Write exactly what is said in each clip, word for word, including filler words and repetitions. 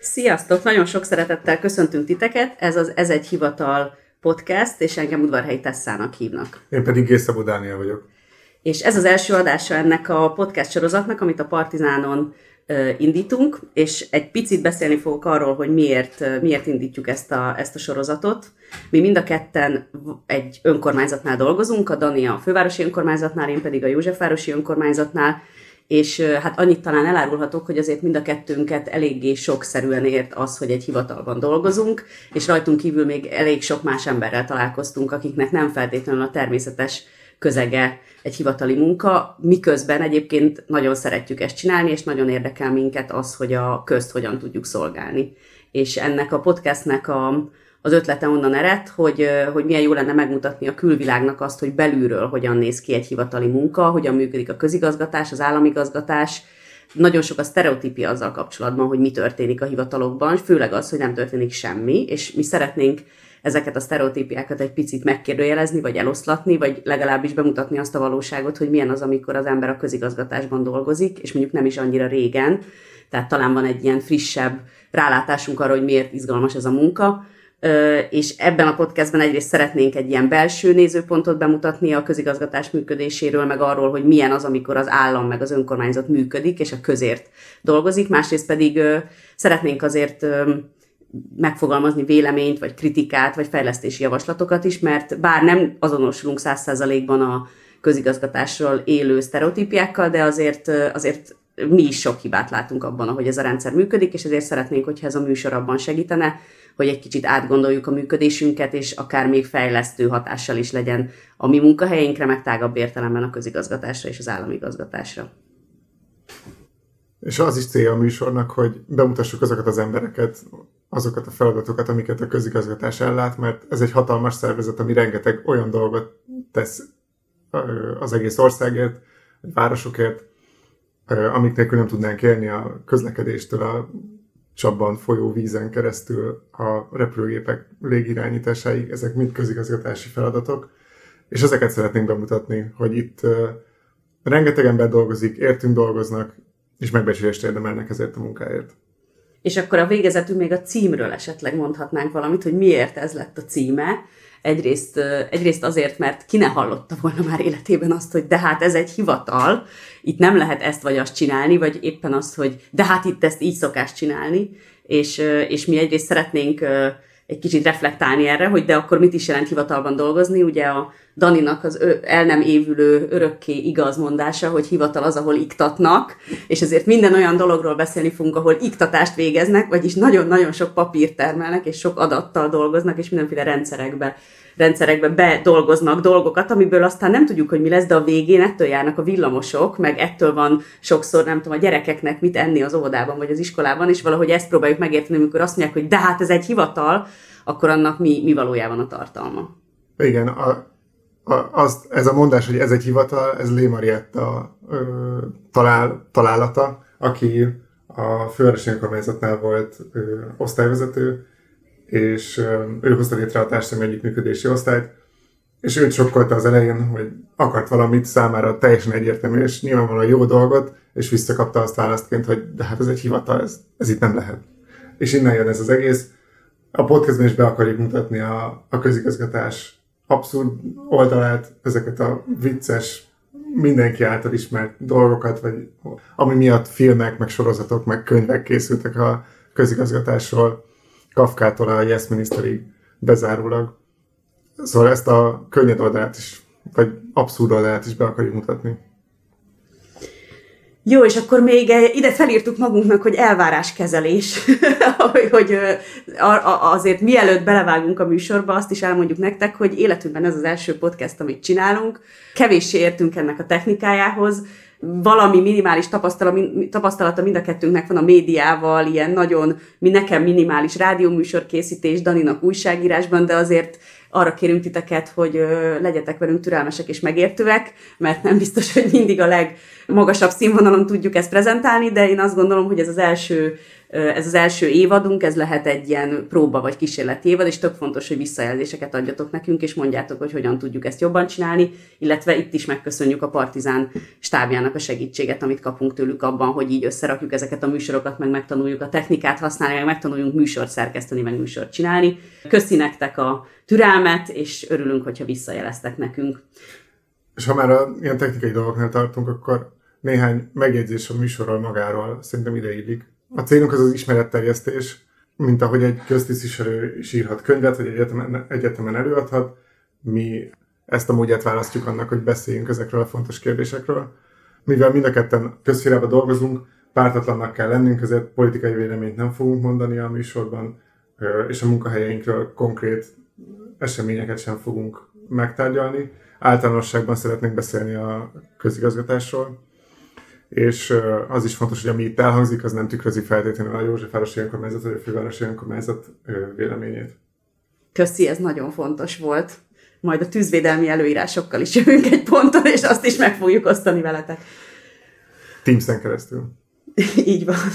Sziasztok! Nagyon sok szeretettel köszöntünk titeket. Ez az Ez egy hivatal podcast, és engem Udvarhelyi Tesszának hívnak. Én pedig Gészabó Dániel vagyok. És ez az első adása ennek a podcast sorozatnak, amit a Partizánon uh, indítunk, és egy picit beszélni fogok arról, hogy miért, uh, miért indítjuk ezt a, ezt a sorozatot. Mi mind a ketten egy önkormányzatnál dolgozunk, a Dani a fővárosi önkormányzatnál, én pedig a Józsefvárosi önkormányzatnál, és hát annyit talán elárulhatok, hogy azért mind a kettőnket eléggé sokszerűen ért az, hogy egy hivatalban dolgozunk, és rajtunk kívül még elég sok más emberrel találkoztunk, akiknek nem feltétlenül a természetes közege egy hivatali munka, miközben egyébként nagyon szeretjük ezt csinálni, és nagyon érdekel minket az, hogy a közt hogyan tudjuk szolgálni. És ennek a podcastnek a Az ötlete onnan ered, hogy, hogy milyen jó lenne megmutatni a külvilágnak azt, hogy belülről hogyan néz ki egy hivatali munka, hogyan működik a közigazgatás, az államigazgatás. Nagyon sok a sztereotípia azzal kapcsolatban, hogy mi történik a hivatalokban, főleg az, hogy nem történik semmi, és mi szeretnénk ezeket a sztereotípiákat egy picit megkérdőjelezni, vagy eloszlatni, vagy legalábbis bemutatni azt a valóságot, hogy milyen az, amikor az ember a közigazgatásban dolgozik, és mondjuk nem is annyira régen, tehát talán van egy ilyen frissebb rálátásunk arra, hogy miért izgalmas ez a munka. És ebben a podcastben egyrészt szeretnénk egy ilyen belső nézőpontot bemutatni a közigazgatás működéséről, meg arról, hogy milyen az, amikor az állam meg az önkormányzat működik, és a közért dolgozik. Másrészt pedig szeretnénk azért megfogalmazni véleményt, vagy kritikát, vagy fejlesztési javaslatokat is, mert bár nem azonosulunk száz százalékban a közigazgatásról élő sztereotípiákkal, de azért, azért mi is sok hibát látunk abban, ahogy ez a rendszer működik, és ezért szeretnénk, hogyha ez a műsor abban segítene, hogy egy kicsit átgondoljuk a működésünket, és akár még fejlesztő hatással is legyen a mi munkahelyeinkre, meg tágabb értelemben a közigazgatásra és az államigazgatásra. És az is célja a műsornak, hogy bemutassuk azokat az embereket, azokat a feladatokat, amiket a közigazgatás ellát, mert ez egy hatalmas szervezet, ami rengeteg olyan dolgot tesz az egész országért, vagy városokért, amik nélkül nem tudnánk élni, a közlekedéstől a csapban folyó vízen keresztül a repülőgépek légirányításáig, ezek mind közigazgatási feladatok, és ezeket szeretnénk bemutatni, hogy itt uh, rengeteg ember dolgozik, értünk dolgoznak, és megbecsülést érdemelnek ezért a munkáért. És akkor a végezetül még a címről esetleg mondhatnánk valamit, hogy miért ez lett a címe. Egyrészt, egyrészt azért, mert ki ne hallotta volna már életében azt, hogy de hát ez egy hivatal, itt nem lehet ezt vagy azt csinálni, vagy éppen azt, hogy de hát itt ezt így szokás csinálni, és, és mi egyrészt szeretnénk egy kicsit reflektálni erre, hogy de akkor mit is jelent hivatalban dolgozni. Ugye a Daninak az el nem évülő örökké igaz mondása, hogy hivatal az, ahol iktatnak, és ezért minden olyan dologról beszélni fogunk, ahol iktatást végeznek, vagyis nagyon-nagyon sok papírt termelnek, és sok adattal dolgoznak, és mindenféle rendszerekbe, rendszerekbe bedolgoznak dolgokat, amiből aztán nem tudjuk, hogy mi lesz, de a végén ettől járnak a villamosok, meg ettől van sokszor, nem tudom, a gyerekeknek mit enni az óvodában, vagy az iskolában, és valahogy ezt próbáljuk megérteni, amikor azt mondják, hogy de hát ez egy hivatal, akkor annak mi, mi valójában a tartalma. Igen, a, a, az, ez a mondás, hogy ez egy hivatal, ez Lé Marietta ö, talál, találata, aki a fővárosi önkormányzatnál volt ö, osztályvezető, és ö, ő hozta létre a társadalmi együttműködési osztályt, és őt sokkolta az elején, hogy akart valamit számára teljesen egyértelmű, és nyilvánvalóan jó dolgot, és visszakapta azt választként, hogy de hát ez egy hivatal, ez, ez itt nem lehet. És innen jön ez az egész. A podcastban is be akarjuk mutatni a, a közigazgatás abszurd oldalát, ezeket a vicces, mindenki által ismert dolgokat, vagy ami miatt filmek, meg sorozatok, meg könyvek készültek a közigazgatásról, Kafkától a Yes Ministerig bezárólag. Szóval ezt a könnyed oldalát is, vagy abszurd oldalát is be akarjuk mutatni. Jó, és akkor még ide felírtuk magunknak, hogy elváráskezelés, hogy, hogy azért mielőtt belevágunk a műsorba, azt is elmondjuk nektek, hogy életünkben ez az első podcast, amit csinálunk. Kevéssé értünk ennek a technikájához, valami minimális tapasztalata mind a kettőnknek van a médiával, ilyen nagyon, mi nekem minimális rádióműsor készítés, Daninak újságírásban, de azért arra kérünk titeket, hogy legyetek velünk türelmesek és megértőek, mert nem biztos, hogy mindig a legmagasabb színvonalon tudjuk ezt prezentálni, de én azt gondolom, hogy ez az első Ez az első évadunk, ez lehet egy ilyen próba vagy kísérleti évad, és tök fontos, hogy visszajelzéseket adjatok nekünk, és mondjátok, hogy hogyan tudjuk ezt jobban csinálni, illetve itt is megköszönjük a Partizán stábjának a segítséget, amit kapunk tőlük abban, hogy így összerakjuk ezeket a műsorokat, meg megtanuljuk a technikát használni, meg megtanuljunk műsort szerkeszteni, meg műsort csinálni. Köszi nektek a türelmet, és örülünk, hogyha visszajeleztek nekünk. És ha már a ilyen technikai dolgoknál tartunk, akkor néhány megjegyzés a műsorról magáról szerintem ide illik. A célunk az az ismeretterjesztés, mint ahogy egy köztisztviselő is írhat könyvet, vagy egyetemen, egyetemen előadhat. Mi ezt a módját választjuk annak, hogy beszéljünk ezekről a fontos kérdésekről. Mivel mind a ketten közszférában dolgozunk, pártatlannak kell lennünk, ezért politikai véleményt nem fogunk mondani a műsorban, és a munkahelyeinkről konkrét eseményeket sem fogunk megtárgyalni. Általánosságban szeretnénk beszélni a közigazgatásról. És az is fontos, hogy ami itt elhangzik, az nem tükrözi feltétlenül a Józsefvárosi Önkormányzat vagy a Fővárosi Önkormányzat véleményét. Köszi, ez nagyon fontos volt. Majd a tűzvédelmi előírásokkal is jövünk egy ponton, és azt is meg fogjuk osztani veletek. Teamsen keresztül. Így van.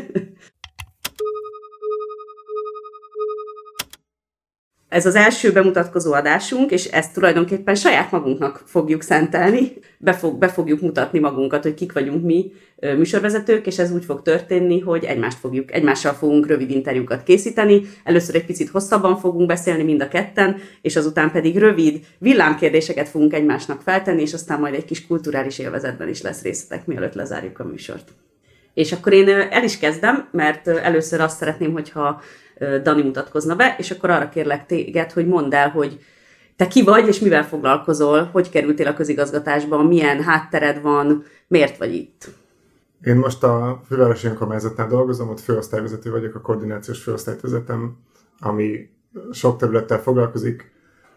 Ez az első bemutatkozó adásunk, és ezt tulajdonképpen saját magunknak fogjuk szentelni. Be, fog, be fogjuk mutatni magunkat, hogy kik vagyunk mi műsorvezetők, és ez úgy fog történni, hogy egymást fogjuk, egymással fogunk rövid interjúkat készíteni. Először egy picit hosszabban fogunk beszélni mind a ketten, és azután pedig rövid villámkérdéseket fogunk egymásnak feltenni, és aztán majd egy kis kulturális élvezetben is lesz részletek, mielőtt lezárjuk a műsort. És akkor én el is kezdem, mert először azt szeretném, hogyha Dani mutatkozna be, és akkor arra kérlek téged, hogy mondd el, hogy te ki vagy, és mivel foglalkozol, hogy kerültél a közigazgatásba, milyen háttered van, miért vagy itt? Én most a Fővárosi Önkormányzatnál dolgozom, ott főosztályvezető vagyok, a koordinációs főosztályt vezetem, ami sok területtel foglalkozik.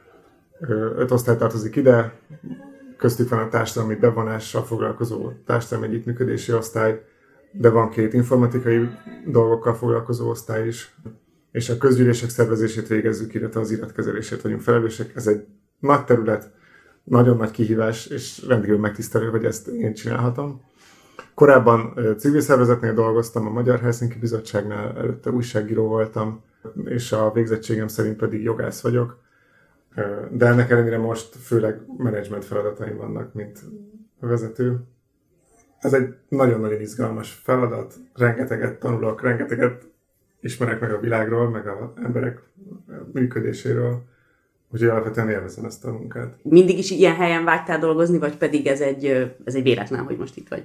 Öt osztály tartozik ide, köztük van a társadalmi bevonással foglalkozó társadalmi együttműködési osztály, de van két informatikai dolgokkal foglalkozó osztály is, és a közgyűlések szervezését végezzük, illetve az iratkezelését vagyunk felelősek. Ez egy nagy terület, nagyon nagy kihívás, és rendkívül megtisztelő, hogy ezt én csinálhatom. Korábban civil szervezetnél dolgoztam, a Magyar Helsinki Bizottságnál, előtte újságíró voltam, és a végzettségem szerint pedig jogász vagyok. De ennek ellenére most főleg menedzsment feladataim vannak, mint vezető. Ez egy nagyon-nagyon izgalmas feladat, rengeteget tanulok, rengeteget ismerek meg a világról, meg az emberek működéséről, úgyhogy alapvetően élvezem ezt a munkát. Mindig is ilyen helyen vágytál dolgozni, vagy pedig ez egy, ez egy véletlen, hogy most itt vagy?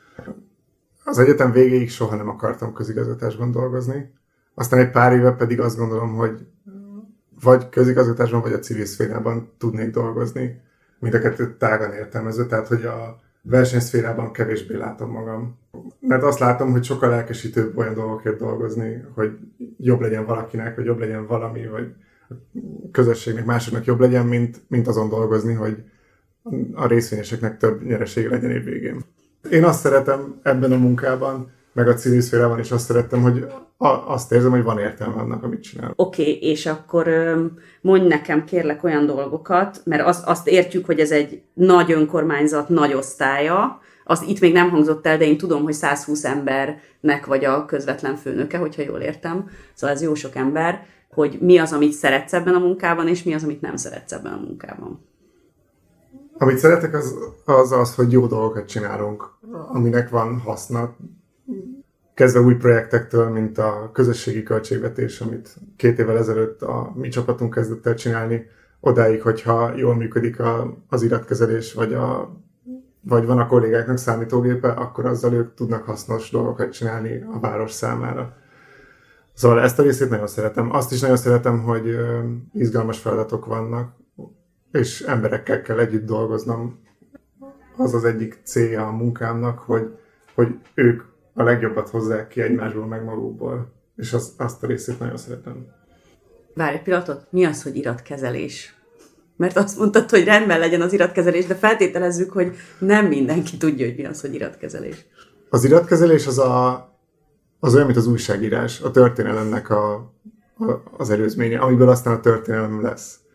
Az egyetem végéig soha nem akartam közigazgatásban dolgozni, aztán egy pár éve pedig azt gondolom, hogy vagy közigazgatásban, vagy a civil szférában tudnék dolgozni, mind a kettőt tágan értelmező, tehát hogy a versenyszférában kevésbé látom magam. Mert azt látom, hogy sokkal lelkesítőbb olyan dolgokért dolgozni, hogy jobb legyen valakinek, vagy jobb legyen valami, vagy a közösségnek, másoknak jobb legyen, mint, mint azon dolgozni, hogy a részvényeseknek több nyeresége legyen év végén. Én azt szeretem ebben a munkában, meg a civil szférában is azt szerettem, hogy a, azt érzem, hogy van értelme annak, amit csinálok. Oké, okay, és akkor mondj nekem kérlek olyan dolgokat, mert azt, azt értjük, hogy ez egy nagy önkormányzat, nagy osztálya, az itt még nem hangzott el, de én tudom, hogy száz húsz embernek vagy a közvetlen főnöke, hogyha jól értem. Szóval ez jó sok ember, hogy mi az, amit szeretsz ebben a munkában, és mi az, amit nem szeretsz ebben a munkában. Amit szeretek, az az, az hogy jó dolgokat csinálunk, aminek van haszna. Kezdve új projektektől, mint a közösségi költségvetés, amit két évvel ezelőtt a mi csapatunk kezdett el csinálni, odáig, hogyha jól működik a, az iratkezelés, vagy, a, vagy van a kollégáknak számítógépe, akkor azzal ők tudnak hasznos dolgokat csinálni a város számára. Szóval ezt a részét nagyon szeretem. Azt is nagyon szeretem, hogy izgalmas feladatok vannak, és emberekkel kell együtt dolgoznom. Az az egyik célja a munkámnak, hogy, hogy ők a legjobbat hozzák ki egymásból, meg magukból. És az, azt a részét nagyon szeretem. Várj egy pillanatot, mi az, hogy iratkezelés? Mert azt mondtad, hogy rendben legyen az iratkezelés, de feltételezzük, hogy nem mindenki tudja, hogy mi az, hogy iratkezelés. Az iratkezelés az, a, az olyan, mint az újságírás, a történelemnek a, a, az előzménye, amiből aztán a történelem lesz.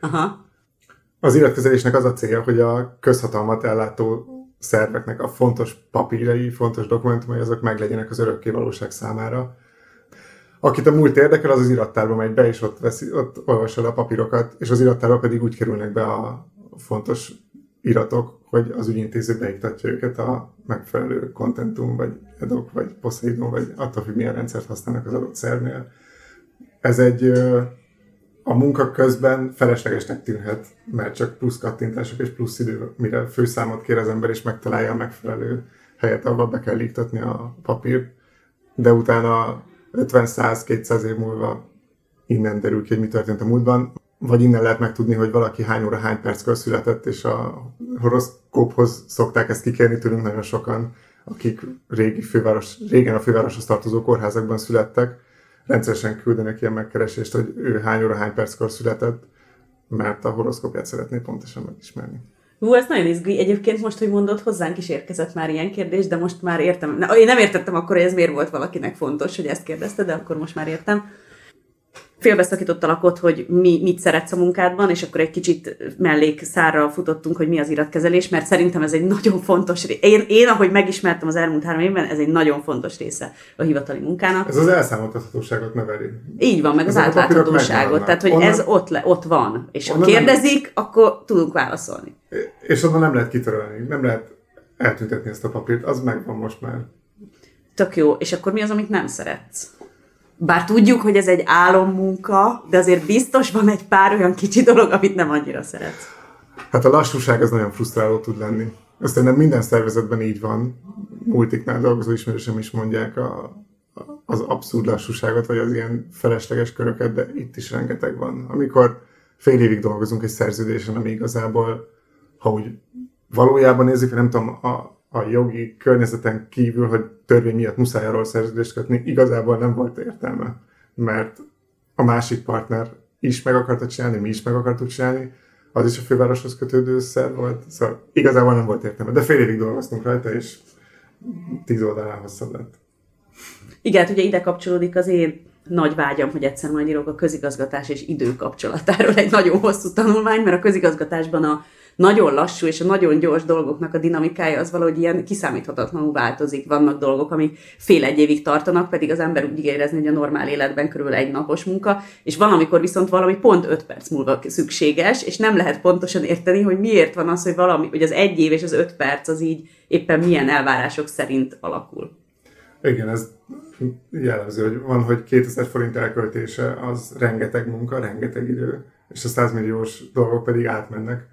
Aha. Az iratkezelésnek az a célja, hogy a közhatalmat ellátó szerveknek a fontos papírjai, fontos dokumentumai, azok meglegyenek az örökké valóság számára. Akit a múlt érdekel, az az irattárba megy be, és ott, veszi, ott olvassa a papírokat, és az irattárba pedig úgy kerülnek be a fontos iratok, hogy az ügyintéző beiktatja őket a megfelelő kontentum, vagy edok, vagy Poseidon, vagy attól, hogy milyen rendszert használnak az adott szervnél. Ez egy a munka közben feleslegesnek tűnhet, mert csak plusz kattintások és plusz idő, mire főszámot kér az ember, és megtalálja a megfelelő helyet, ahol be kell iktatni a papírt, de utána ötven, száz, kétszáz év múlva innen derül ki, hogy mi történt a múltban, vagy innen lehet megtudni, hogy valaki hány óra, hány perckor született, és a horoszkóphoz szokták ezt kikérni tőlünk nagyon sokan, akik régi főváros, régen a fővároshoz tartozó kórházakban születtek, rendszeresen küldenek ilyen megkeresést, hogy ő hány óra, hány perckor született, mert a horoszkópját szeretné pontosan megismerni. Hú, ez nagyon izgi. Egyébként most, hogy mondod, hozzánk is érkezett már ilyen kérdés, de most már értem. Na, én nem értettem akkor, hogy ez miért volt valakinek fontos, hogy ezt kérdezte, de akkor most már értem. Félbeszakítottalak ott, hogy mi, mit szeretsz a munkádban, és akkor egy kicsit mellék szárra futottunk, hogy mi az iratkezelés, mert szerintem ez egy nagyon fontos része. Én, én, ahogy megismertem az elmúlt három évben, ez egy nagyon fontos része a hivatali munkának. Ez az elszámoltathatóságot növeli. Így van, meg az átláthatóságot. Tehát, hogy onnan, ez ott, le, ott van. És ha kérdezik, nem, akkor tudunk válaszolni. És onnan nem lehet kitörölni, nem lehet eltüntetni ezt a papírt, az megvan most már. Tök jó. És akkor mi az, amit nem szeretsz? Bár tudjuk, hogy ez egy álommunka, de azért biztos van egy pár olyan kicsi dolog, amit nem annyira szeretsz. Hát a lassúság az nagyon frusztráló tud lenni. Aztán nem minden szervezetben így van. Multiknál dolgozó ismerősöm is mondják a, az abszurd lassúságot, vagy az ilyen felesleges köröket, de itt is rengeteg van. Amikor fél évig dolgozunk egy szerződésen, ami igazából, ha úgy valójában nézzük, nem tudom, a a jogi környezeten kívül, hogy törvény miatt muszáj arról szerződést kötni, igazából nem volt értelme. Mert a másik partner is meg akarta csinálni, mi is meg akartuk csinálni, az is a fővároshoz kötődő szer volt, szóval igazából nem volt értelme. De fél évig dolgoztunk rajta, és tíz oldalán hosszabb lett. Igen, ugye ide kapcsolódik az én nagy vágyam, hogy egyszer majd írok a közigazgatás és idő kapcsolatáról egy nagyon hosszú tanulmány, mert a közigazgatásban a nagyon lassú és a nagyon gyors dolgoknak a dinamikája az valahogy ilyen kiszámíthatatlanul változik. Vannak dolgok, amik fél-egy évig tartanak, pedig az ember úgy érezni, hogy a normál életben körülbelül egy napos munka, és van, amikor viszont valami pont öt perc múlva szükséges, és nem lehet pontosan érteni, hogy miért van az, hogy valami, hogy az egy év és az öt perc az így éppen milyen elvárások szerint alakul. Igen, ez jellemző, hogy van, hogy kétezer forint elköltése az rengeteg munka, rengeteg idő, és a száz milliós dolgok pedig átmennek.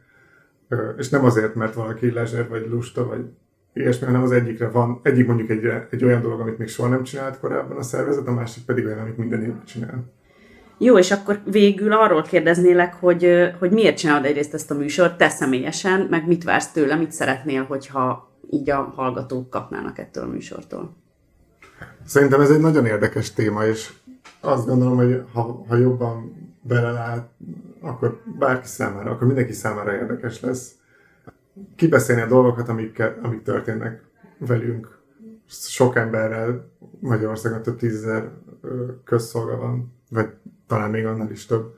És nem azért, mert valaki lezser, vagy lusta, vagy ilyesmi, hanem az egyikre van, egyik mondjuk egy, egy olyan dolog, amit még soha nem csinált korábban a szervezet, a másik pedig olyan, amit minden évben csinál. Jó, és akkor végül arról kérdeznélek, hogy, hogy miért csinálod egyrészt ezt a műsort, te személyesen, meg mit vársz tőle, mit szeretnél, hogyha így a hallgatók kapnának ettől a műsortól? Szerintem ez egy nagyon érdekes téma, és azt gondolom, hogy ha, ha jobban belelát, akkor bárki számára, akkor mindenki számára érdekes lesz kibeszélni a dolgokat, amik, amik történnek velünk. Sok emberrel, Magyarországon több tízezer közszolga van, vagy talán még annál is több.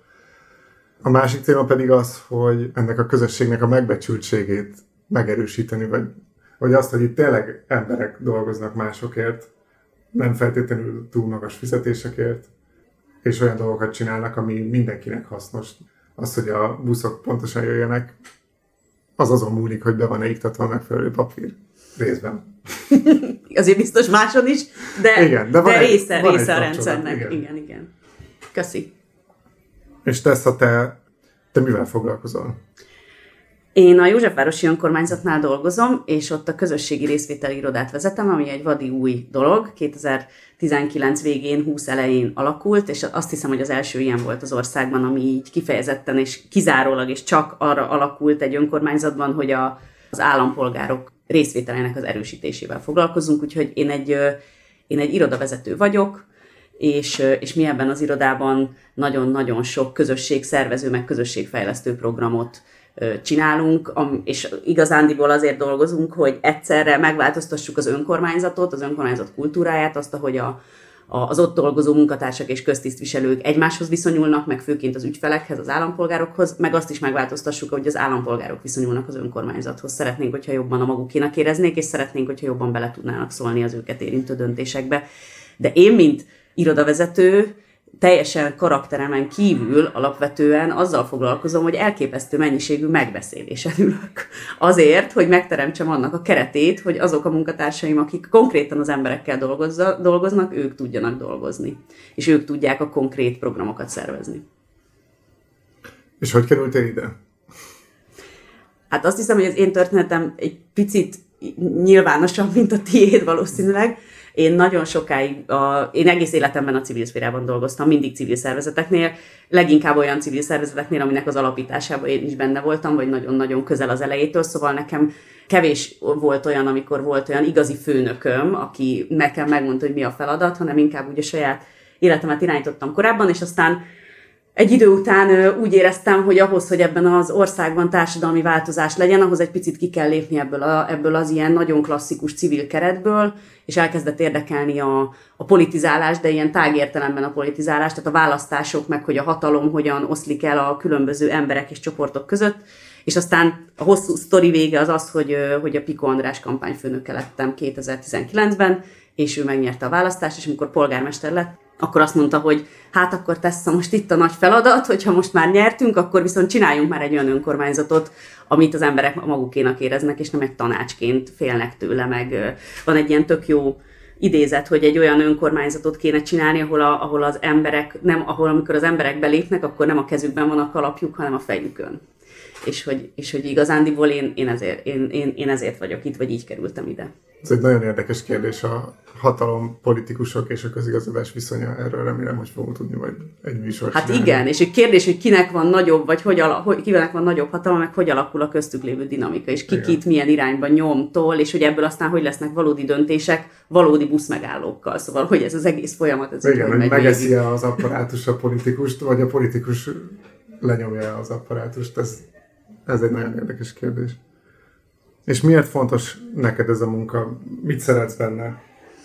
A másik téma pedig az, hogy ennek a közösségnek a megbecsültségét megerősíteni, vagy, vagy azt, hogy itt tényleg emberek dolgoznak másokért, nem feltétlenül túl magas fizetésekért, és olyan dolgokat csinálnak, ami mindenkinek hasznos. Az, hogy a buszok pontosan jöjjenek, az azon múlik, hogy be van-e iktatva a megfelelő papír. Részben. Azért biztos máson is, de, igen, de, de egy, része, része a rendszernek. Igen. igen, igen. Köszi. És Tessa, te, te mivel foglalkozol? Én a Józsefvárosi Önkormányzatnál dolgozom, és ott a közösségi részvételi irodát vezetem, ami egy vadi új dolog. kétezer-tizenkilenc végén, húsz elején alakult, és azt hiszem, hogy az első ilyen volt az országban, ami így kifejezetten és kizárólag és csak arra alakult egy önkormányzatban, hogy a, az állampolgárok részvételének az erősítésével foglalkozunk. Úgyhogy én egy, én egy irodavezető vagyok, és, és mi ebben az irodában nagyon-nagyon sok közösségszervező, meg közösségfejlesztő programot csinálunk, és igazándiból azért dolgozunk, hogy egyszerre megváltoztassuk az önkormányzatot, az önkormányzat kultúráját, azt, ahogy a, az ott dolgozó munkatársak és köztisztviselők egymáshoz viszonyulnak, meg főként az ügyfelekhez, az állampolgárokhoz, meg azt is megváltoztassuk, hogy az állampolgárok viszonyulnak az önkormányzathoz. Szeretnénk, hogyha jobban a magukénak éreznék, és szeretnénk, hogyha jobban bele tudnának szólni az őket érintő döntésekbe. De én, mint irodavezető, teljesen karakteremen kívül alapvetően azzal foglalkozom, hogy elképesztő mennyiségű megbeszélésen ülök. Azért, hogy megteremtsem annak a keretét, hogy azok a munkatársaim, akik konkrétan az emberekkel dolgozza, dolgoznak, ők tudjanak dolgozni. És ők tudják a konkrét programokat szervezni. És hogy kerültél ide? Hát azt hiszem, hogy az én történetem egy picit nyilvánosabb, mint a tiéd valószínűleg. Én nagyon sokáig, a, én egész életemben a civil szférában dolgoztam, mindig civil szervezeteknél, leginkább olyan civil szervezeteknél, aminek az alapításában én is benne voltam, vagy nagyon-nagyon közel az elejétől, szóval nekem kevés volt olyan, amikor volt olyan igazi főnököm, aki nekem megmondta, hogy mi a feladat, hanem inkább úgy a saját életemet irányítottam korábban, és aztán egy idő után úgy éreztem, hogy ahhoz, hogy ebben az országban társadalmi változás legyen, ahhoz egy picit ki kell lépni ebből, a, ebből az ilyen nagyon klasszikus civil keretből, és elkezdett érdekelni a, a politizálás, de ilyen tágértelemben a politizálás, tehát a választások, meg hogy a hatalom hogyan oszlik el a különböző emberek és csoportok között. És aztán a hosszú sztori vége az az, hogy, hogy a Piko András kampányfőnöke lettem kétezer-tizenkilencben, és ő megnyerte a választást, és amikor polgármester lett, akkor azt mondta, hogy hát akkor Tessa, most itt a nagy feladat, hogyha most már nyertünk, akkor viszont csináljunk már egy olyan önkormányzatot, amit az emberek magukénak éreznek, és nem egy tanácsként félnek tőle, meg van egy ilyen tök jó idézet, hogy egy olyan önkormányzatot kéne csinálni, ahol, a, ahol az emberek, nem, ahol amikor az emberek belépnek, akkor nem a kezükben van a kalapjuk, hanem a fejükön. És hogy, és hogy igazándiból én, én, ezért, én, én, én ezért vagyok itt, vagy így kerültem ide. Ez egy nagyon érdekes kérdés, a hatalom, politikusok és a közigazgatás viszonya. Erről remélem, hogy fogunk tudni majd egy műsort Hát csinálni. Igen, és egy kérdés, hogy kinek van nagyobb, vagy hogy, ala, hogy kinek van nagyobb hatalma, meg hogy alakul a köztük lévő dinamika, és ki Igen. kit milyen irányba nyomtól, és hogy ebből aztán hogy lesznek valódi döntések, valódi buszmegállókkal. Szóval, hogy ez az egész folyamat. Ez Igen, úgy hogy megy megeszi végig. az apparátus a politikust, vagy a politikus lenyomja az apparátust. Ez, ez egy nagyon érdekes kérdés. És miért fontos neked ez a munka? Mit szeretsz benne?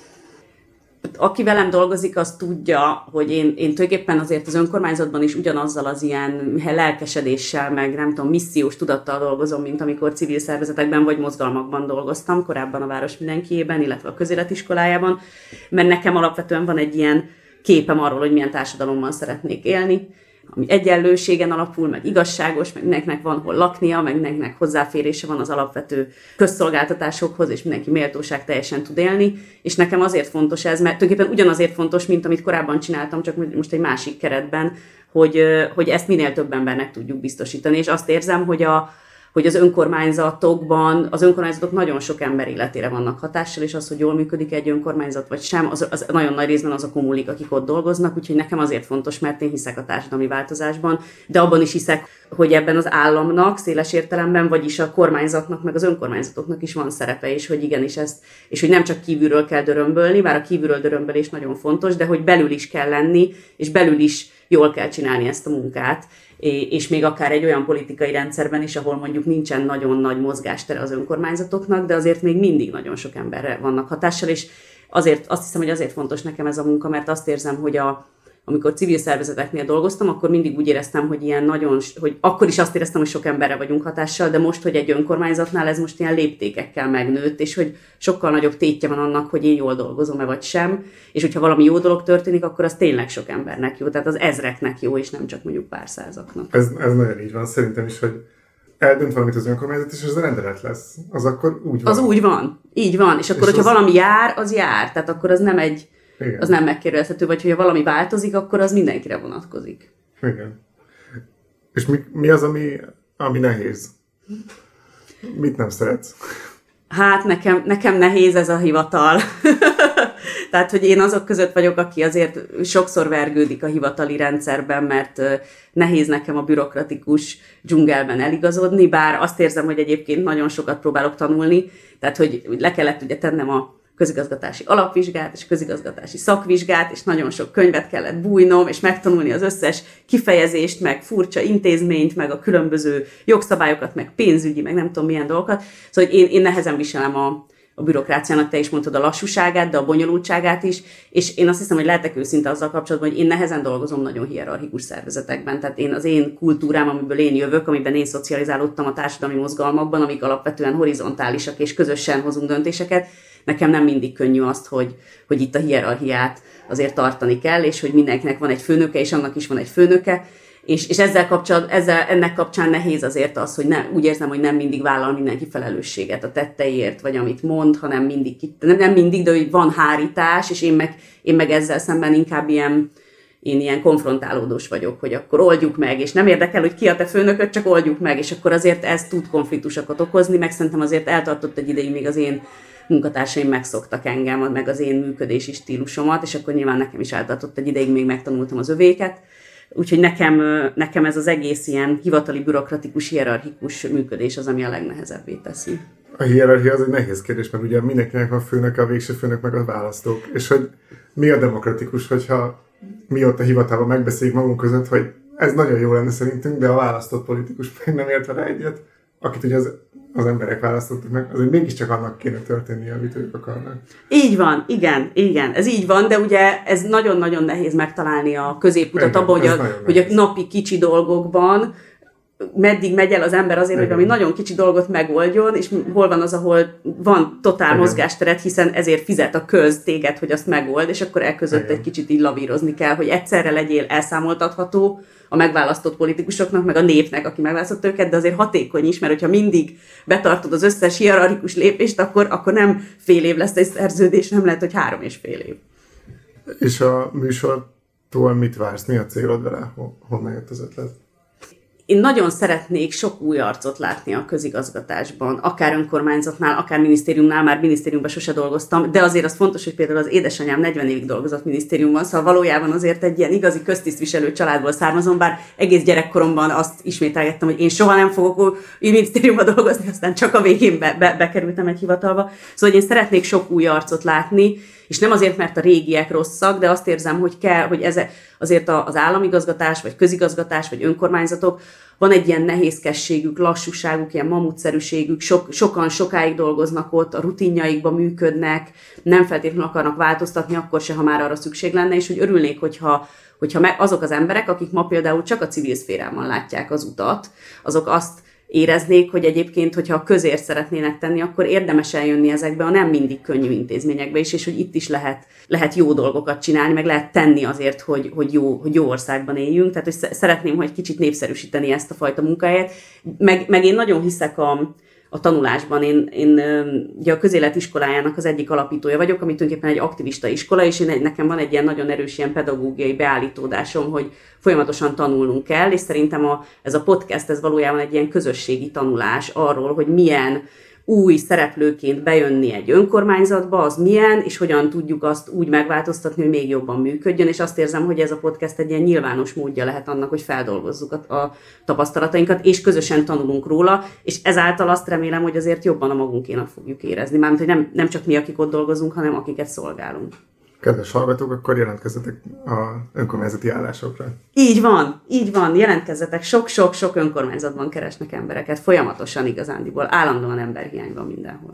Aki velem dolgozik, az tudja, hogy én, én tulajdonképpen azért az önkormányzatban is ugyanazzal az ilyen lelkesedéssel, meg nem tudom, missziós tudattal dolgozom, mint amikor civil szervezetekben vagy mozgalmakban dolgoztam, korábban a Város Mindenkiében, illetve a közéletiskolájában, mert nekem alapvetően van egy ilyen képem arról, hogy milyen társadalomban szeretnék élni, ami egyenlőségen alapul, meg igazságos, meg mindenkinek van hol laknia, meg mindenkinek hozzáférése van az alapvető közszolgáltatásokhoz, és mindenki méltóság teljesen tud élni, és nekem azért fontos ez, mert tulajdonképpen ugyanazért fontos, mint amit korábban csináltam, csak most egy másik keretben, hogy, hogy ezt minél több embernek tudjuk biztosítani, és azt érzem, hogy a hogy az önkormányzatokban, az önkormányzatok nagyon sok ember életére vannak hatással, és az, hogy jól működik egy önkormányzat, vagy sem, az, az nagyon nagy részben azokon múlik, akik ott dolgoznak, úgyhogy nekem azért fontos, mert én hiszek a társadalmi változásban, de abban is hiszek, hogy ebben az államnak, széles értelemben, vagyis a kormányzatnak, meg az önkormányzatoknak is van szerepe, és hogy igenis ezt, és hogy nem csak kívülről kell dörömbölni, bár a kívülről dörömbölés nagyon fontos, de hogy belül is kell lenni, és belül is jól kell csinálni ezt a munkát, és még akár egy olyan politikai rendszerben is, ahol mondjuk nincsen nagyon nagy mozgástere az önkormányzatoknak, de azért még mindig nagyon sok emberre vannak hatással, és azért azt hiszem, hogy azért fontos nekem ez a munka, mert azt érzem, hogy a, amikor civil szervezeteknél dolgoztam, akkor mindig úgy éreztem, hogy ilyen nagyon, hogy akkor is azt éreztem, hogy sok emberre vagyunk hatással, de most, hogy egy önkormányzatnál ez most ilyen léptékekkel megnőtt, és hogy sokkal nagyobb tétje van annak, hogy én jól dolgozom-e vagy sem, és hogyha valami jó dolog történik, akkor az tényleg sok embernek jó, tehát az ezreknek jó, és nem csak mondjuk pár százaknak. Ez, ez nagyon így van, szerintem is, hogy eldönt valamit az önkormányzat, és az rendelet lesz. Az akkor úgy van. Az úgy van, így van, és akkor, és hogyha az... valami jár, az jár, tehát akkor az nem egy Igen. az nem megkérdezhető, vagy hogyha valami változik, akkor az mindenkire vonatkozik. Igen. És mi, mi az, ami, ami nehéz? Mit nem szeretsz? Hát nekem, nekem nehéz ez a hivatal. Tehát, hogy én azok között vagyok, aki azért sokszor vergődik a hivatali rendszerben, mert nehéz nekem a bürokratikus dzsungelben eligazodni, bár azt érzem, hogy egyébként nagyon sokat próbálok tanulni, tehát, hogy le kellett ugye tennem a közigazgatási alapvizsgát, és közigazgatási szakvizsgát, és nagyon sok könyvet kellett bújnom, és megtanulni az összes kifejezést, meg furcsa intézményt, meg a különböző jogszabályokat, meg pénzügyi, meg nem tudom milyen dolgokat. Szóval én, én nehezen viselem a, a bürokráciának, te is mondtad a lassúságát, de a bonyolultságát is, és én azt hiszem, hogy lehetek őszinte azzal kapcsolatban, hogy én nehezen dolgozom nagyon hierarchikus szervezetekben, tehát én az én kultúrám, amiből én jövök, amiben én szocializálódtam a társadalmi mozgalmakban, amik alapvetően horizontálisak és közösen hozunk döntéseket, nekem nem mindig könnyű azt, hogy, hogy itt a hierarchiát azért tartani kell, és hogy mindenkinek van egy főnöke, és annak is van egy főnöke, és, és ezzel kapcsán, ezzel, ennek kapcsán nehéz azért az, hogy ne, úgy érzem, hogy nem mindig vállal mindenki felelősséget a tetteiért, vagy amit mond, hanem mindig, nem, nem mindig, de hogy van hárítás, és én meg, én meg ezzel szemben inkább ilyen, én ilyen konfrontálódós vagyok, hogy akkor oldjuk meg, és nem érdekel, hogy ki a te főnököd, csak oldjuk meg, és akkor azért ez tud konfliktusokat okozni, meg szerintem azért eltartott egy ideig, még az én munkatársaim megszoktak engem, meg az én működési stílusomat, és akkor nyilván nekem is eltartott egy ideig, még megtanultam az övéket. Úgyhogy nekem, nekem ez az egész ilyen hivatali, bürokratikus, hierarchikus működés az, ami a legnehezebbé teszi. A hierarchia az egy nehéz kérdés, mert ugye mindenkinek van főnöke, a végső főnök meg a választók. És hogy mi a demokratikus, hogyha mi ott a hivatalban megbeszéljük magunk között, hogy ez nagyon jó lenne szerintünk, de a választott politikus meg nem ért vele egyet, akit ugye az, az emberek választottak meg, azért mégiscsak annak kéne történnie, amit ők akarnak. Így van, igen, igen, ez így van, de ugye ez nagyon-nagyon nehéz megtalálni a középutat abban, hogy, hogy a napi kicsi dolgokban meddig megy el az ember azért, igen, hogy ami nagyon kicsi dolgot megoldjon, és hol van az, ahol van totál igen. mozgásteret, hiszen ezért fizet a köz téged, hogy azt megold, és akkor e között igen. egy kicsit így lavírozni kell, hogy egyszerre legyél elszámoltatható a megválasztott politikusoknak, meg a népnek, aki megválasztott őket, de azért hatékony is, mert hogyha mindig betartod az összes hierarchikus lépést, akkor, akkor nem fél év lesz egy szerződés, nem lehet, hogy három és fél év. És a műsortól mit vársz? Mi a célod vele? Honnan jött az ötlet? Én nagyon szeretnék sok új arcot látni a közigazgatásban, akár önkormányzatnál, akár minisztériumnál, már minisztériumban sose dolgoztam, de azért az fontos, hogy például az édesanyám negyven évig dolgozott minisztériumban, szóval valójában azért egy ilyen igazi köztisztviselő családból származom, bár egész gyerekkoromban azt ismételgettem, hogy én soha nem fogok minisztériumban dolgozni, aztán csak a végén be, be, bekerültem egy hivatalba. Szóval én szeretnék sok új arcot látni, és nem azért, mert a régiek rosszak, de azt érzem, hogy kell, hogy ez azért az államigazgatás, vagy közigazgatás, vagy önkormányzatok, van egy ilyen nehézkességük, lassúságuk, ilyen mamutszerűségük, sok, sokan sokáig dolgoznak ott, a rutinjaikban működnek, nem feltétlenül akarnak változtatni, akkor se, ha már arra szükség lenne, és hogy örülnék, hogyha, hogyha azok az emberek, akik ma például csak a civil szférában látják az utat, azok azt éreznék, hogy egyébként, hogyha a közért szeretnének tenni, akkor érdemes eljönni ezekbe a nem mindig könnyű intézményekbe is, és hogy itt is lehet, lehet jó dolgokat csinálni, meg lehet tenni azért, hogy, hogy, jó, hogy jó országban éljünk. Tehát, hogy szeretném, hogy kicsit népszerűsíteni ezt a fajta munkáját. Meg, meg én nagyon hiszek a, a tanulásban. Én, én ugye a közélet iskolájának az egyik alapítója vagyok, ami tulajdonképpen egy aktivista iskola, és én, nekem van egy ilyen nagyon erős ilyen pedagógiai beállítódásom, hogy folyamatosan tanulnunk kell, és szerintem a, ez a podcast, ez valójában egy ilyen közösségi tanulás arról, hogy milyen új szereplőként bejönni egy önkormányzatba, az milyen, és hogyan tudjuk azt úgy megváltoztatni, hogy még jobban működjön, és azt érzem, hogy ez a podcast egy ilyen nyilvános módja lehet annak, hogy feldolgozzuk a, a tapasztalatainkat, és közösen tanulunk róla, és ezáltal azt remélem, hogy azért jobban a magunkénak fogjuk érezni. Mármint, hogy nem, nem csak mi, akik ott dolgozunk, hanem akiket szolgálunk. Kedves hallgatók, akkor jelentkezzetek a önkormányzati állásokra. Így van, így van, jelentkezzetek. Sok-sok-sok önkormányzatban keresnek embereket, folyamatosan igazándiból, állandóan emberhiány van mindenhol.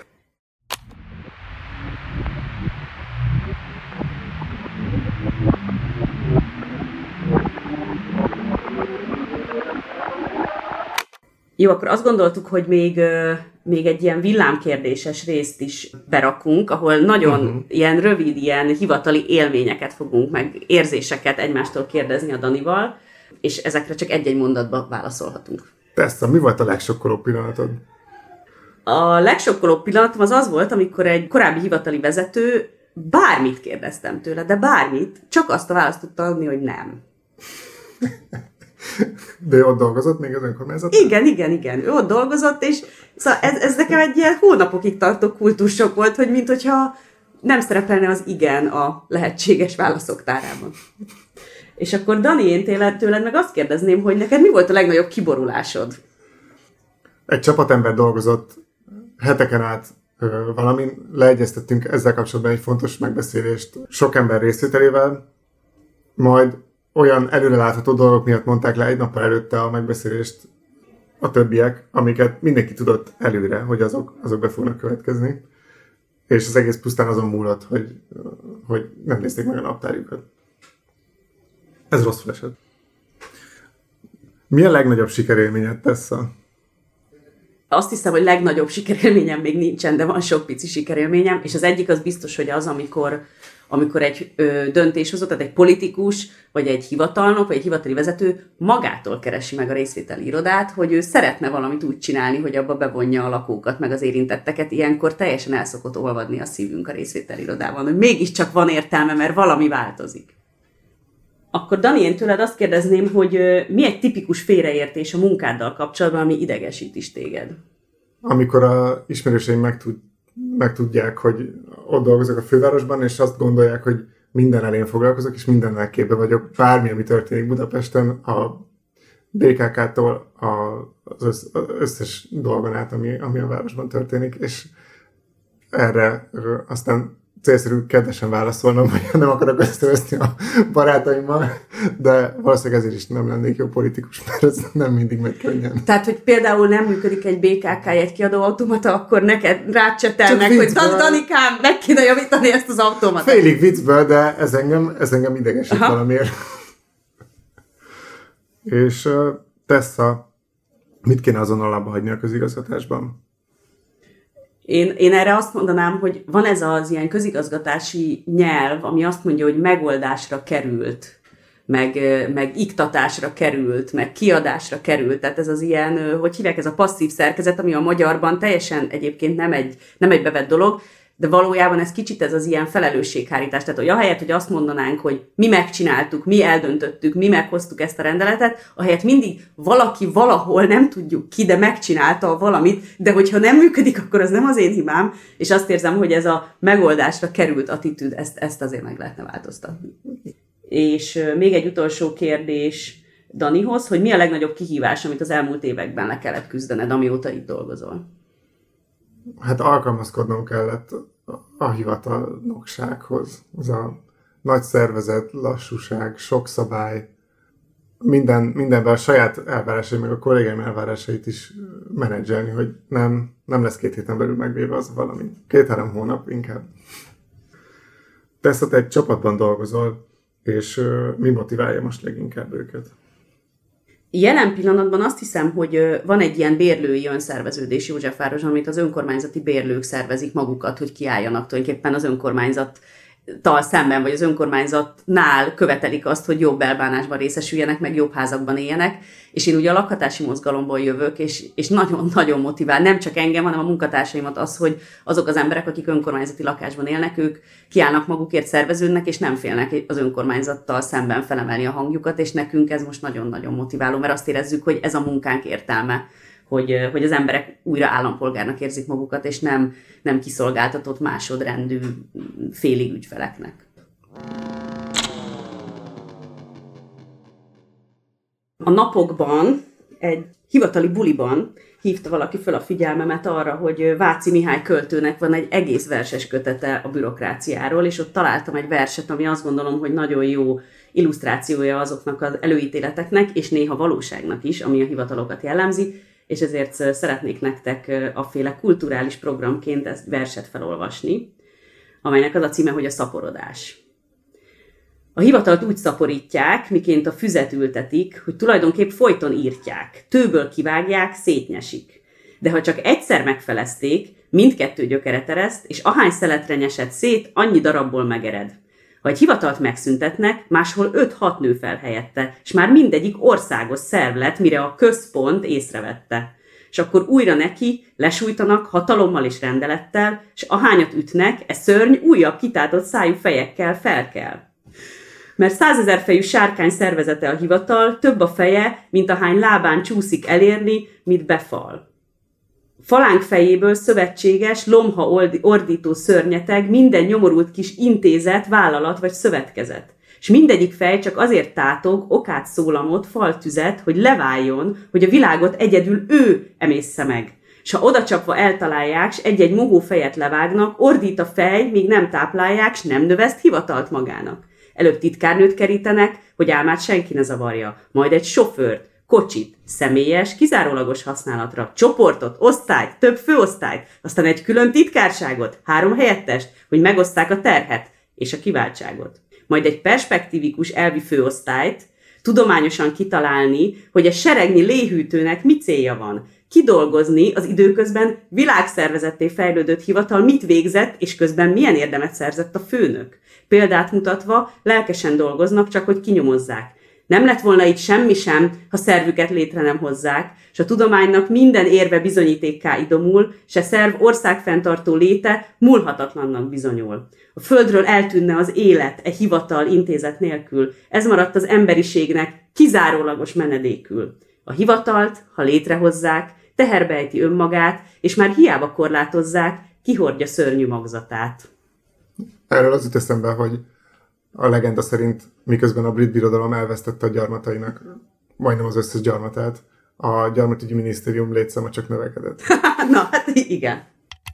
Jó, akkor azt gondoltuk, hogy még, még egy ilyen villámkérdéses részt is berakunk, ahol nagyon uh-huh. ilyen rövid, ilyen hivatali élményeket fogunk, meg érzéseket egymástól kérdezni a Danival, és ezekre csak egy-egy mondatba válaszolhatunk. Persze, mi volt a legsokkolóbb pillanatod? A legsokkolóbb pillanatom az az volt, amikor egy korábbi hivatali vezető, bármit kérdeztem tőle, de bármit, csak azt a választ tudta adni, hogy nem. De ő ott dolgozott még az önkormányzatban? Igen, igen, igen. Ő ott dolgozott, és szóval ez, ez nekem egy ilyen hónapokig tartó kultúrsok volt, hogy mint hogyha nem szerepelne az igen a lehetséges válaszok tárában. És akkor Dani, én tőled, tőled meg azt kérdezném, hogy neked mi volt a legnagyobb kiborulásod? Egy csapatember dolgozott heteken át valamin, leegyeztettünk ezzel kapcsolatban egy fontos megbeszélést sok ember részvételével, majd olyan előrelátható dolgok miatt mondták le egy nappal előtte a megbeszélést a többiek, amiket mindenki tudott előre, hogy azok, azok be fognak következni. és az egész pusztán azon múlott, hogy, hogy nem nézték meg a naptárjukat. Ez rosszul esett. Mi a legnagyobb sikerélményed, Tessa? Azt hiszem, hogy legnagyobb sikerélményem még nincsen, de van sok pici sikerélményem, és az egyik az biztos, hogy az, amikor, amikor egy ö, döntéshozó, tehát egy politikus, vagy egy hivatalnok, vagy egy hivatali vezető magától keresi meg a részvételi irodát, hogy ő szeretne valamit úgy csinálni, hogy abba bevonja a lakókat, meg az érintetteket. Ilyenkor teljesen el szokott olvadni a szívünk a részvételi irodában, hogy mégiscsak van értelme, mert valami változik. Akkor Dani, én tőled azt kérdezném, hogy mi egy tipikus félreértés a munkáddal kapcsolatban, ami idegesít is téged? Amikor a ismerőseim megtud, megtudják, hogy ott dolgozok a fővárosban, és azt gondolják, hogy minden elén foglalkozok, és mindennel képbe vagyok. Bármi, ami történik Budapesten, a bé ká ká-tól az összes dolgon át, ami, ami a városban történik, és erre aztán célszerű kedvesen válaszolnom, hogy nem akarok összeveszni a barátaimmal, de valószínűleg ezért is nem lennék jó politikus, mert ez nem mindig megy könnyen. Tehát, hogy például nem működik egy bé ká ká jegykiadó automata, akkor neked rácsetelnek, hogy Danikám, meg kéne javítani ezt az automatát. Félig viccből, de ez engem, ez engem idegesít Aha. valamiért. És uh, Tessa, mit kéne azonnal abba hagyni a közigazgatásban? Én, én erre azt mondanám, hogy van ez az ilyen közigazgatási nyelv, ami azt mondja, hogy megoldásra került, meg, meg iktatásra került, meg kiadásra került. Tehát ez az ilyen, hogy hívják, ez a passzív szerkezet, ami a magyarban teljesen egyébként nem egy, nem egy bevett dolog, de valójában ez kicsit ez az ilyen felelősséghárítás. Tehát, hogy ahelyett, hogy azt mondanánk, hogy mi megcsináltuk, mi eldöntöttük, mi meghoztuk ezt a rendeletet, ahelyett mindig valaki valahol, nem tudjuk ki, de megcsinálta valamit, de hogyha nem működik, akkor az nem az én hibám, és azt érzem, hogy ez a megoldásra került attitűd, ezt, ezt azért meg lehetne változtatni. És még egy utolsó kérdés Danihoz, hogy mi a legnagyobb kihívás, amit az elmúlt években le kellett küzdened, amióta itt dolgozol? Hát alkalmazkodnom kellett a hivatalnoksághoz. Ez a nagy szervezet, lassúság, sok szabály, minden, mindenben a saját elvárásait, meg a kollégáim elvárásait is menedzselni, hogy nem, nem lesz két héten belül megvéve az valami. Két-három hónap inkább. Persze te egy csapatban dolgozol, és mi motiválja most leginkább őket? Jelen pillanatban azt hiszem, hogy van egy ilyen bérlői önszerveződés Józsefvárosban, amit az önkormányzati bérlők szervezik magukat, hogy kiálljanak tulajdonképpen az önkormányzattal szemben, vagy az önkormányzatnál követelik azt, hogy jobb elbánásban részesüljenek, meg jobb házakban éljenek. És én ugye a lakhatási mozgalomból jövök, és, és nagyon-nagyon motivál, nem csak engem, hanem a munkatársaimat az, hogy azok az emberek, akik önkormányzati lakásban élnek, ők kiállnak magukért, szerveződnek, és nem félnek az önkormányzattal szemben felemelni a hangjukat, és nekünk ez most nagyon-nagyon motiváló, mert azt érezzük, hogy ez a munkánk értelme, hogy, hogy az emberek újra állampolgárnak érzik magukat, és nem, nem kiszolgáltatott másodrendű félig ügyfeleknek. A napokban, egy hivatali buliban hívta valaki föl a figyelmemet arra, hogy Váci Mihály költőnek van egy egész verses kötete a bürokráciáról, és ott találtam egy verset, ami azt gondolom, hogy nagyon jó illusztrációja azoknak az előítéleteknek, és néha valóságnak is, ami a hivatalokat jellemzi, és ezért szeretnék nektek afféle kulturális programként ezt verset felolvasni, amelynek az a címe, hogy a szaporodás. A hivatalt úgy szaporítják, miként a füzet ültetik, hogy tulajdonképp folyton írtják, tőből kivágják, szétnyesik. De ha csak egyszer megfelezték, mindkettő gyökere tereszt, és ahány szeletre nyesett szét, annyi darabból megered. Ha egy hivatalt megszüntetnek, máshol öt-hat nő fel helyette, és már mindegyik országos szerv lett, mire a központ észrevette. És akkor újra neki lesújtanak hatalommal és rendelettel, és ahányat ütnek, e szörny újabb kitátott szájú fejekkel felkel. Mert százezer fejű sárkány szervezete a hivatal, több a feje, mint ahány lábán csúszik elérni, mit befal. Falánk fejéből szövetséges, lomha ordító szörnyeteg, minden nyomorult kis intézet, vállalat vagy szövetkezet. És mindegyik fej csak azért tátog, okát szólamot, faltüzet, hogy leváljon, hogy a világot egyedül ő emészze meg. És ha odacsapva eltalálják, s egy-egy mohó fejet levágnak, ordít a fej, míg nem táplálják, s nem növeszt hivatalt magának. Előbb titkárnőt kerítenek, hogy álmát senki ne zavarja, majd egy sofőrt, kocsit, személyes, kizárólagos használatra, csoportot, osztályt, több főosztályt, aztán egy külön titkárságot, három helyettest, hogy megoszták a terhet és a kiváltságot. Majd egy perspektívikus elvi főosztályt, tudományosan kitalálni, hogy a seregnyi léhűtőnek mi célja van, kidolgozni az időközben világszervezetté fejlődött hivatal mit végzett, és közben milyen érdemet szerzett a főnök. Példát mutatva lelkesen dolgoznak, csak hogy kinyomozzák. Nem lett volna itt semmi sem, ha szervüket létre nem hozzák, s a tudománynak minden érve bizonyítékká idomul, se szerv országfenntartó léte múlhatatlannak bizonyul. A földről eltűnne az élet e hivatal intézet nélkül, ez maradt az emberiségnek kizárólagos menedékül. A hivatalt, ha létrehozzák, teherbe ejti önmagát, és már hiába korlátozzák, kihordja szörnyű magzatát. Erről az jut eszembe, hogy a legenda szerint, miközben a brit birodalom elvesztette a gyarmatainak majdnem az összes gyarmatát, a gyarmatügyi minisztérium létszáma csak növekedett. Na, hát igen.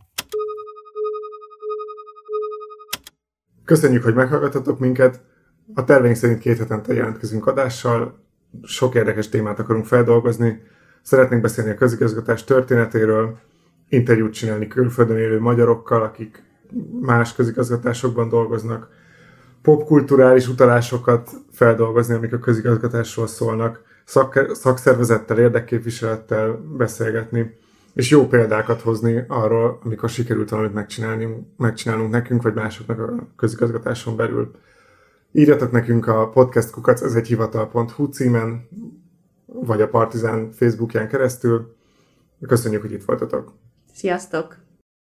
Köszönjük, hogy meghallgattatok minket. A terveink szerint két hetente jelentkezünk adással. Sok érdekes témát akarunk feldolgozni. Szeretnénk beszélni a közigazgatás történetéről, interjút csinálni külföldön élő magyarokkal, akik más közigazgatásokban dolgoznak, popkulturális utalásokat feldolgozni, amik a közigazgatásról szólnak, szak- szakszervezettel, érdekképviselettel beszélgetni, és jó példákat hozni arról, amikor sikerült valamit megcsinálni, megcsinálnunk nekünk, vagy másoknak a közigazgatáson belül. Írjatok nekünk a podcastkukac ez egy hivatal pont hu címen, vagy a Partizán Facebookján keresztül. Köszönjük, hogy itt voltatok! Sziasztok!